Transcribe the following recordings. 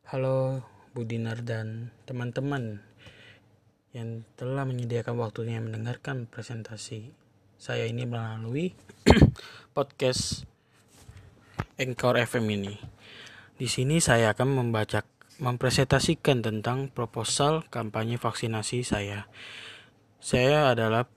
Halo Budinar dan teman-teman yang telah menyediakan waktunya mendengarkan presentasi saya ini melalui podcast Anchor FM ini. Di sini saya akan mempresentasikan tentang proposal kampanye vaksinasi saya. Saya adalah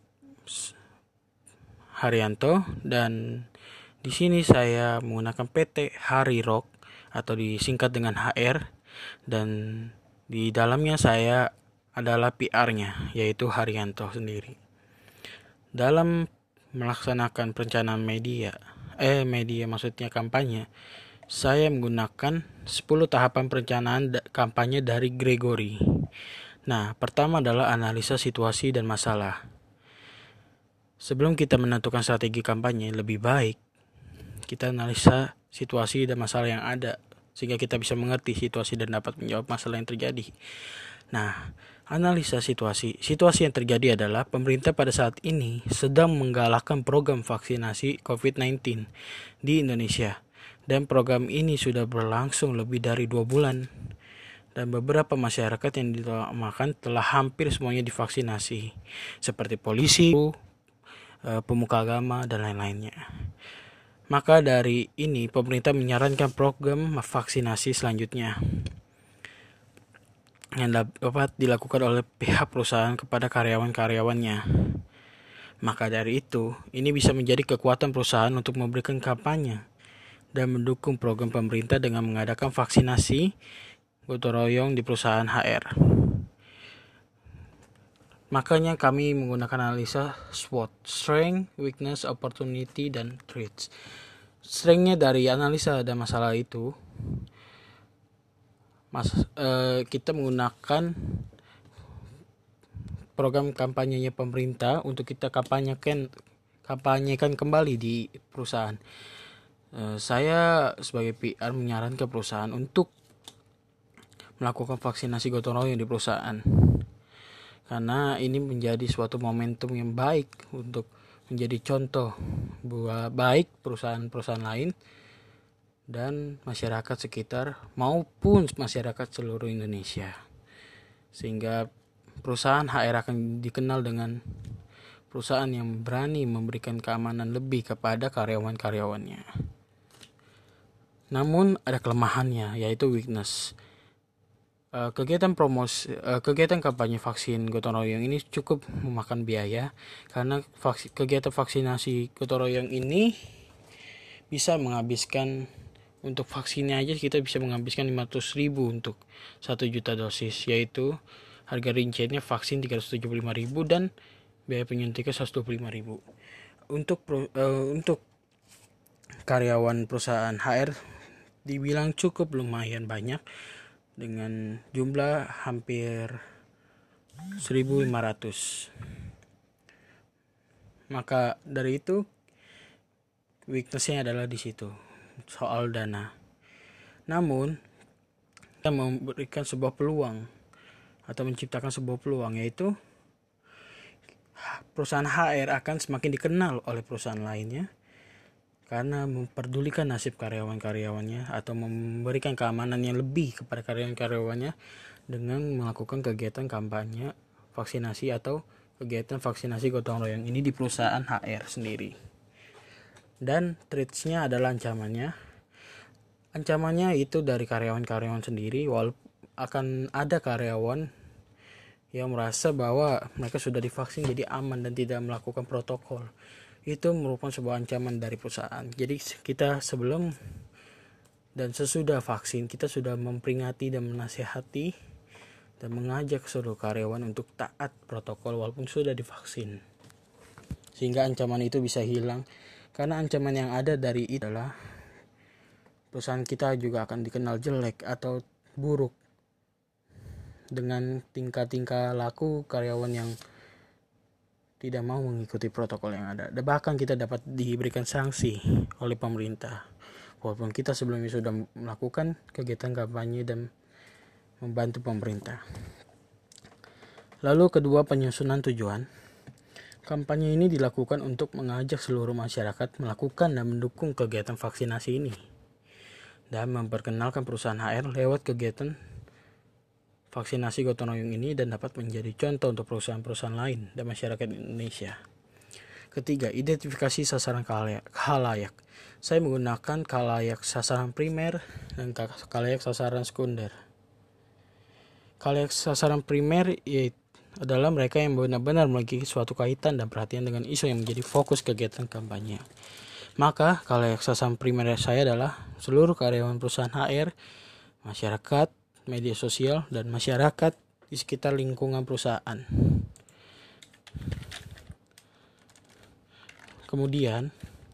Haryanto dan di sini saya menggunakan PT Hari Rock atau disingkat dengan HR, dan di dalamnya saya adalah PR-nya, yaitu Haryanto sendiri. Dalam melaksanakan perencanaan media maksudnya kampanye, saya menggunakan 10 tahapan perencanaan kampanye dari Gregory. Nah, pertama adalah analisa situasi dan masalah. Sebelum kita menentukan strategi kampanye, lebih baik kita analisa situasi dan masalah yang ada, sehingga kita bisa mengerti situasi dan dapat menjawab masalah yang terjadi. Nah, analisa situasi yang terjadi adalah pemerintah pada saat ini sedang menggalakkan program vaksinasi COVID-19 di Indonesia, dan program ini sudah berlangsung lebih dari 2 bulan, dan beberapa masyarakat yang ditamakan telah hampir semuanya divaksinasi, seperti polisi, pemuka agama, dan lain-lainnya. Maka dari ini pemerintah menyarankan program vaksinasi selanjutnya yang dapat dilakukan oleh pihak perusahaan kepada karyawan-karyawannya. Maka dari itu, ini bisa menjadi kekuatan perusahaan untuk memberikan kampanye dan mendukung program pemerintah dengan mengadakan vaksinasi gotong royong di perusahaan HR. Makanya kami menggunakan analisa SWOT, Strength, Weakness, Opportunity, dan Threats. Strength-nya dari analisa dan masalah itu, kita menggunakan program kampanyenya pemerintah untuk kita kampanyekan kembali di perusahaan. Saya sebagai PR menyarankan perusahaan untuk melakukan vaksinasi gotong royong di perusahaan, karena ini menjadi suatu momentum yang baik untuk menjadi contoh buat baik perusahaan-perusahaan lain dan masyarakat sekitar maupun masyarakat seluruh Indonesia, sehingga perusahaan HR akan dikenal dengan perusahaan yang berani memberikan keamanan lebih kepada karyawan-karyawannya. Namun ada kelemahannya, yaitu weakness. Kegiatan kampanye vaksin gotong royong ini cukup memakan biaya, karena kegiatan vaksinasi gotong royong ini bisa menghabiskan, untuk vaksinnya aja kita bisa menghabiskan 500.000 untuk 1 juta dosis, yaitu harga rinciannya vaksin 375.000 dan biaya penyuntiknya 125.000. Untuk karyawan perusahaan HR dibilang cukup lumayan banyak, dengan jumlah hampir 1.500. Maka dari itu weaknessnya adalah di situ, soal dana. Namun kita memberikan sebuah peluang atau menciptakan sebuah peluang, yaitu perusahaan HR akan semakin dikenal oleh perusahaan lainnya karena memperdulikan nasib karyawan-karyawannya atau memberikan keamanan yang lebih kepada karyawan-karyawannya dengan melakukan kegiatan kampanye vaksinasi atau kegiatan vaksinasi gotong royong ini di perusahaan HR sendiri. Dan threats-nya adalah ancamannya itu dari karyawan-karyawan sendiri. Walaupun akan ada karyawan yang merasa bahwa mereka sudah divaksin jadi aman dan tidak melakukan protokol, itu merupakan sebuah ancaman dari perusahaan. Jadi kita sebelum dan sesudah vaksin, kita sudah memperingati dan menasihati dan mengajak seluruh karyawan untuk taat protokol walaupun sudah divaksin, sehingga ancaman itu bisa hilang. Karena ancaman yang ada dari itu adalah perusahaan kita juga akan dikenal jelek atau buruk dengan tingkah-tingkah laku karyawan yang tidak mau mengikuti protokol yang ada. Dan bahkan kita dapat diberikan sanksi oleh pemerintah walaupun kita sebelumnya sudah melakukan kegiatan kampanye dan membantu pemerintah. Lalu kedua, penyusunan tujuan. Kampanye ini dilakukan untuk mengajak seluruh masyarakat melakukan dan mendukung kegiatan vaksinasi ini. dan memperkenalkan perusahaan HR lewat kegiatan vaksinasi gotong royong ini dan dapat menjadi contoh untuk perusahaan-perusahaan lain dan masyarakat Indonesia. Ketiga, identifikasi sasaran khalayak. Saya menggunakan khalayak sasaran primer dan khalayak sasaran sekunder. Khalayak sasaran primer adalah mereka yang benar-benar memiliki suatu kaitan dan perhatian dengan isu yang menjadi fokus kegiatan kampanye. Maka khalayak sasaran primer saya adalah seluruh karyawan perusahaan HR, masyarakat, media sosial, dan masyarakat di sekitar lingkungan perusahaan. Kemudian,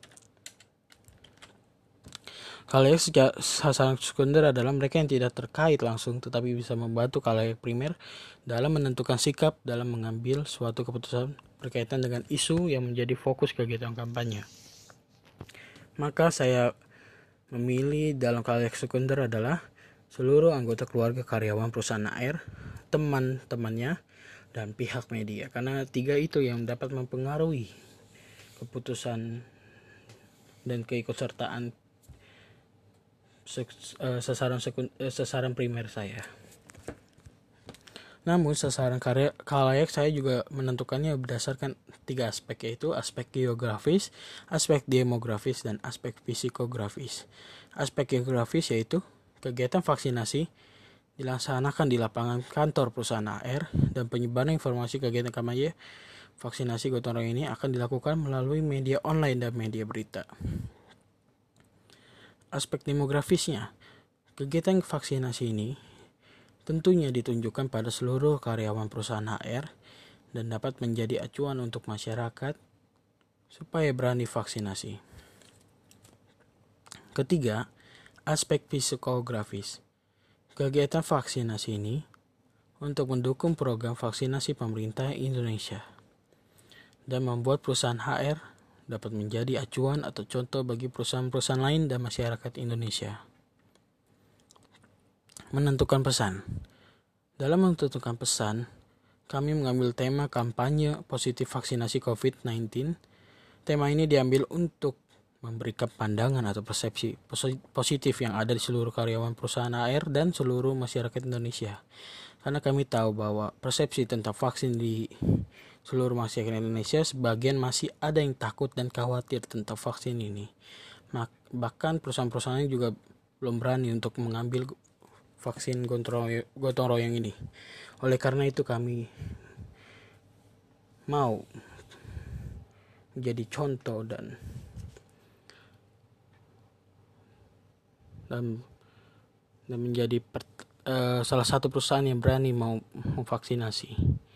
khalayak sasaran sekunder adalah mereka yang tidak terkait langsung tetapi bisa membantu khalayak primer dalam menentukan sikap dalam mengambil suatu keputusan berkaitan dengan isu yang menjadi fokus kegiatan kampanye. Maka saya memilih dalam khalayak sekunder adalah seluruh anggota keluarga karyawan perusahaan HR, teman-temannya, dan pihak media. Karena tiga itu yang dapat mempengaruhi keputusan dan keikutsertaan sasaran primer saya. Namun sasaran khalayak saya juga menentukannya berdasarkan tiga aspek, yaitu aspek geografis, aspek demografis, dan aspek psikografis. Aspek geografis yaitu kegiatan vaksinasi dilaksanakan di lapangan kantor perusahaan HR dan penyebaran informasi kegiatan kampanye vaksinasi gotong royong ini akan dilakukan melalui media online dan media berita. Aspek demografisnya, kegiatan vaksinasi ini tentunya ditunjukkan pada seluruh karyawan perusahaan HR dan dapat menjadi acuan untuk masyarakat supaya berani vaksinasi. Ketiga, aspek psikografis. Kegiatan vaksinasi ini untuk mendukung program vaksinasi pemerintah Indonesia dan membuat perusahaan HR dapat menjadi acuan atau contoh bagi perusahaan-perusahaan lain dan masyarakat Indonesia. Menentukan pesan. Dalam menentukan pesan, kami mengambil tema kampanye positif vaksinasi COVID-19. Tema ini diambil untuk memberikan pandangan atau persepsi positif yang ada di seluruh karyawan perusahaan HR dan seluruh masyarakat Indonesia. Karena kami tahu bahwa persepsi tentang vaksin di seluruh masyarakat Indonesia sebagian masih ada yang takut dan khawatir tentang vaksin ini. Bahkan perusahaan-perusahaan juga belum berani untuk mengambil vaksin gotong royong ini. Oleh karena itu kami mau menjadi contoh dan menjadi salah satu perusahaan yang berani mau memvaksinasi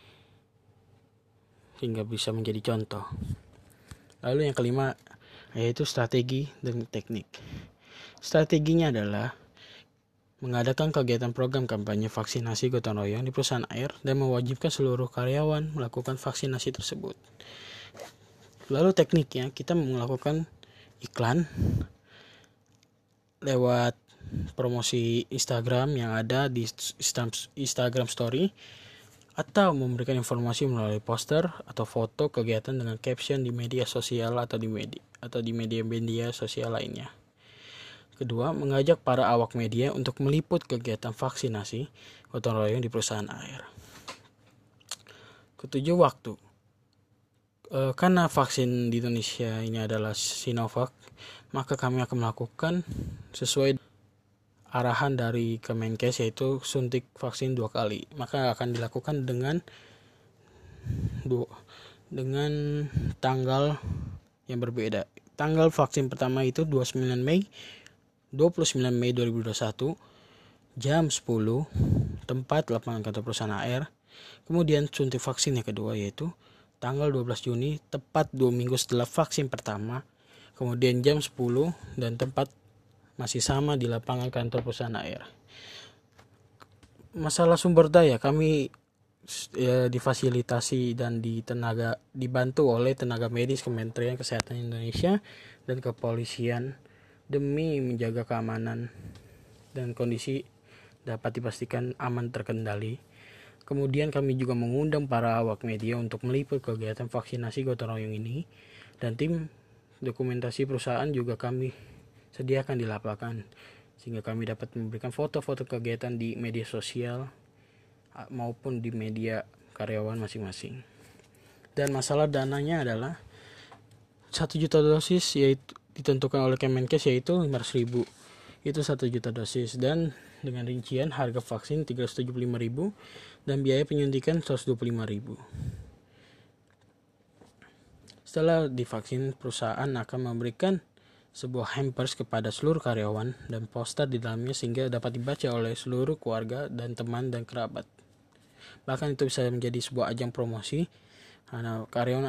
sehingga bisa menjadi contoh. Lalu yang kelima yaitu strategi dan teknik. Strateginya adalah mengadakan kegiatan program kampanye vaksinasi gotong royong di perusahaan HR dan mewajibkan seluruh karyawan melakukan vaksinasi tersebut. Lalu tekniknya, kita melakukan iklan lewat promosi Instagram yang ada di Instagram Story atau memberikan informasi melalui poster atau foto kegiatan dengan caption di media sosial atau di media sosial lainnya. Kedua, mengajak para awak media untuk meliput kegiatan vaksinasi gotong royong di perusahaan HR. Ketujuh, waktu. Karena vaksin di Indonesia ini adalah Sinovac, maka kami akan melakukan sesuai arahan dari Kemenkes, yaitu suntik vaksin 2 kali. Maka akan dilakukan dengan tanggal yang berbeda. Tanggal vaksin pertama itu 29 Mei 2021 jam 10 tempat lapangan kantor perusahaan HR. Kemudian suntik vaksin yang kedua yaitu tanggal 12 Juni tepat 2 minggu setelah vaksin pertama. Kemudian jam 10 dan tempat masih sama di lapangan kantor perusahaan HR. Masalah sumber daya, kami difasilitasi dan dibantu oleh tenaga medis Kementerian Kesehatan Indonesia dan kepolisian demi menjaga keamanan dan kondisi dapat dipastikan aman terkendali. Kemudian kami juga mengundang para awak media untuk meliput kegiatan vaksinasi gotong royong ini, dan tim dokumentasi perusahaan juga kami sediakan di lapangan sehingga kami dapat memberikan foto-foto kegiatan di media sosial maupun di media karyawan masing-masing. Dan masalah dananya adalah 1 juta dosis yaitu ditentukan oleh Kemenkes yaitu 500.000. Itu 1 juta dosis, dan dengan rincian harga vaksin 375.000 dan biaya penyuntikan 125.000. Setelah divaksin, perusahaan akan memberikan sebuah hampers kepada seluruh karyawan dan poster di dalamnya sehingga dapat dibaca oleh seluruh keluarga dan teman dan kerabat. Bahkan itu bisa menjadi sebuah ajang promosi karena karyawan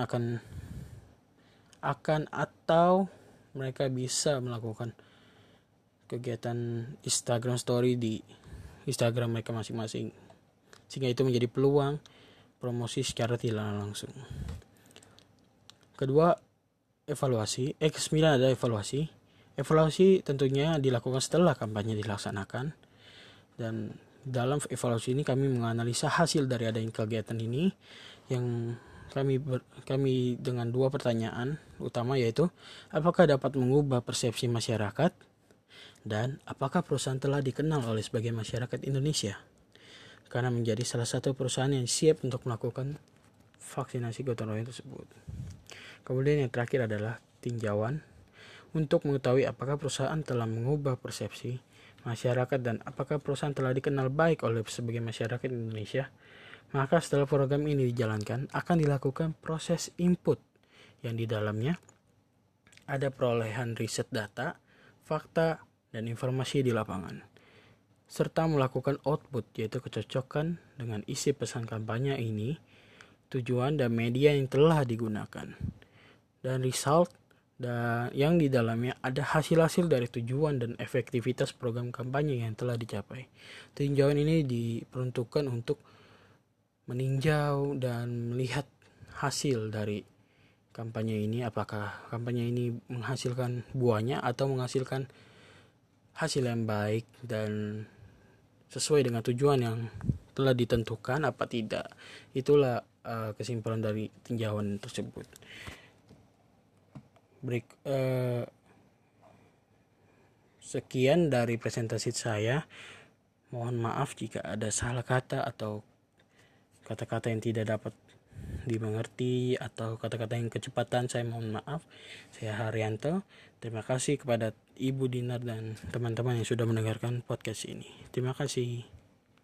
akan atau mereka bisa melakukan kegiatan Instagram story di Instagram mereka masing-masing, sehingga itu menjadi peluang promosi secara tidak langsung. Kedua, evaluasi. Kesembilan ada evaluasi. Evaluasi tentunya dilakukan setelah kampanye dilaksanakan, dan dalam evaluasi ini kami menganalisa hasil dari adanya kegiatan ini yang kami dengan 2 pertanyaan utama, yaitu apakah dapat mengubah persepsi masyarakat dan apakah perusahaan telah dikenal oleh sebagian masyarakat Indonesia karena menjadi salah satu perusahaan yang siap untuk melakukan vaksinasi gotong royong tersebut. Kemudian yang terakhir adalah tinjauan untuk mengetahui apakah perusahaan telah mengubah persepsi masyarakat dan apakah perusahaan telah dikenal baik oleh sebagian masyarakat Indonesia. Maka setelah program ini dijalankan, akan dilakukan proses input yang di dalamnya ada perolehan riset data, fakta, dan informasi di lapangan, serta melakukan output yaitu kecocokan dengan isi pesan kampanye ini, tujuan dan media yang telah digunakan, dan result yang di dalamnya ada hasil-hasil dari tujuan dan efektivitas program kampanye yang telah dicapai. Tinjauan ini diperuntukkan untuk meninjau dan melihat hasil dari kampanye ini, apakah kampanye ini menghasilkan buahnya atau menghasilkan hasil yang baik dan sesuai dengan tujuan yang telah ditentukan apa tidak. Itulah kesimpulan dari tinjauan tersebut. Sekian dari presentasi saya. Mohon maaf jika ada salah kata atau kata-kata yang tidak dapat dimengerti atau kata-kata yang kecepatan, saya mohon maaf. Saya Haryanto. Terima kasih kepada Ibu Dinar dan teman-teman yang sudah mendengarkan podcast ini. Terima kasih.